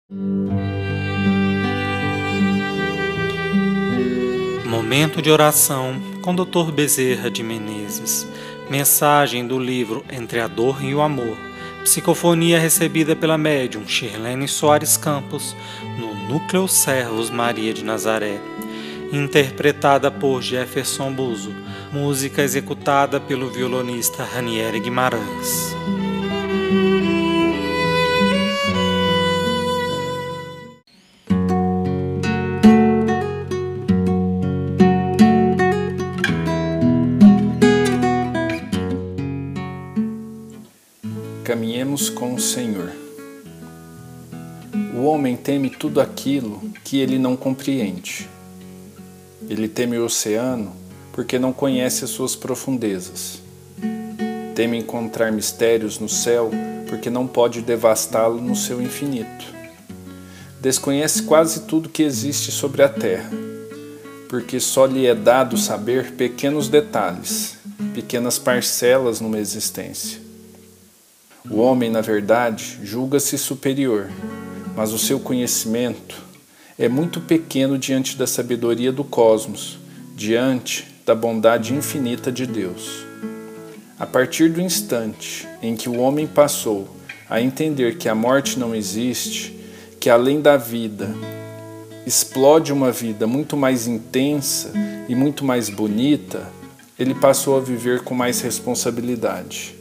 Momento de oração com Dr. Bezerra de Menezes. Mensagem do livro Entre a Dor e o Amor. Psicofonia recebida pela médium Shirlene Soares Campos no Núcleo Servos Maria de Nazaré. Interpretada por Jefferson Buzo. Música executada pelo violonista Ranieri Guimarães. Caminhemos com o Senhor. O homem teme tudo aquilo que ele não compreende. Ele teme o oceano porque não conhece as suas profundezas. Teme encontrar mistérios no céu porque não pode devastá-lo no seu infinito. Desconhece quase tudo que existe sobre a terra, porque só lhe é dado saber pequenos detalhes, pequenas parcelas numa existência. O homem, na verdade, julga-se superior, mas o seu conhecimento é muito pequeno diante da sabedoria do cosmos, diante da bondade infinita de Deus. A partir do instante em que o homem passou a entender que a morte não existe, que além da vida explode uma vida muito mais intensa e muito mais bonita, ele passou a viver com mais responsabilidade.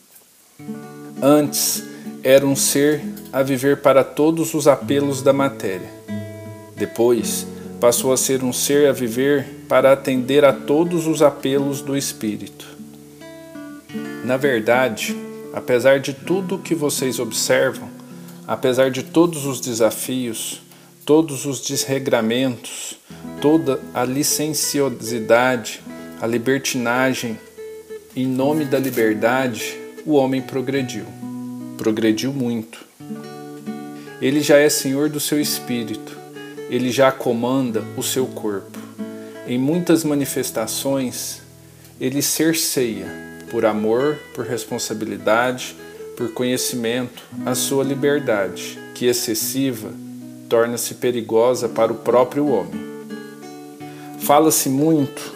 Antes, era um ser a viver para todos os apelos da matéria. Depois, passou a ser um ser a viver para atender a todos os apelos do espírito. Na verdade, apesar de tudo o que vocês observam, apesar de todos os desafios, todos os desregramentos, toda a licenciosidade, a libertinagem, em nome da liberdade, o homem progrediu muito. Ele já é senhor do seu espírito, ele já comanda o seu corpo. Em muitas manifestações, ele cerceia, por amor, por responsabilidade, por conhecimento, a sua liberdade, que excessiva torna-se perigosa para o próprio homem. Fala-se muito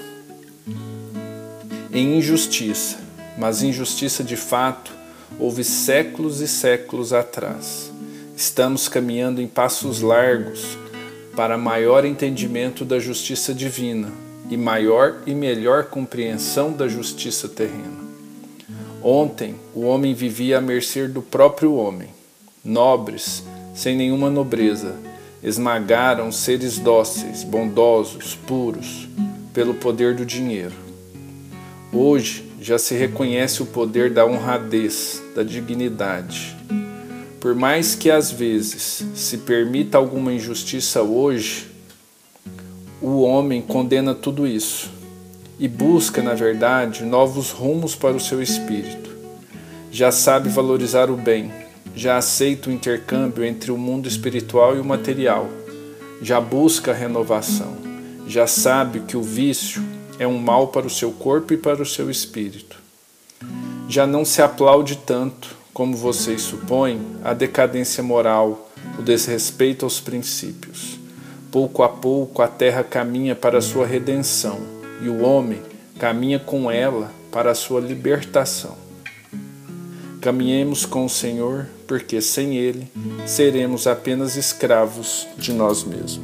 em injustiça, mas injustiça de fato houve séculos e séculos atrás. Estamos caminhando em passos largos para maior entendimento da justiça divina e maior e melhor compreensão da justiça terrena. Ontem, o homem vivia à mercê do próprio homem. Nobres, sem nenhuma nobreza, esmagaram seres dóceis, bondosos, puros, pelo poder do dinheiro. Hoje, já se reconhece o poder da honradez, da dignidade. Por mais que às vezes se permita alguma injustiça hoje, o homem condena tudo isso e busca, na verdade, novos rumos para o seu espírito. Já sabe valorizar o bem, já aceita o intercâmbio entre o mundo espiritual e o material, já busca a renovação, já sabe que o vício é um mal para o seu corpo e para o seu espírito. Já não se aplaude tanto, como vocês supõem, a decadência moral, o desrespeito aos princípios. Pouco a pouco a terra caminha para a sua redenção e o homem caminha com ela para a sua libertação. Caminhemos com o Senhor, porque sem Ele seremos apenas escravos de nós mesmos.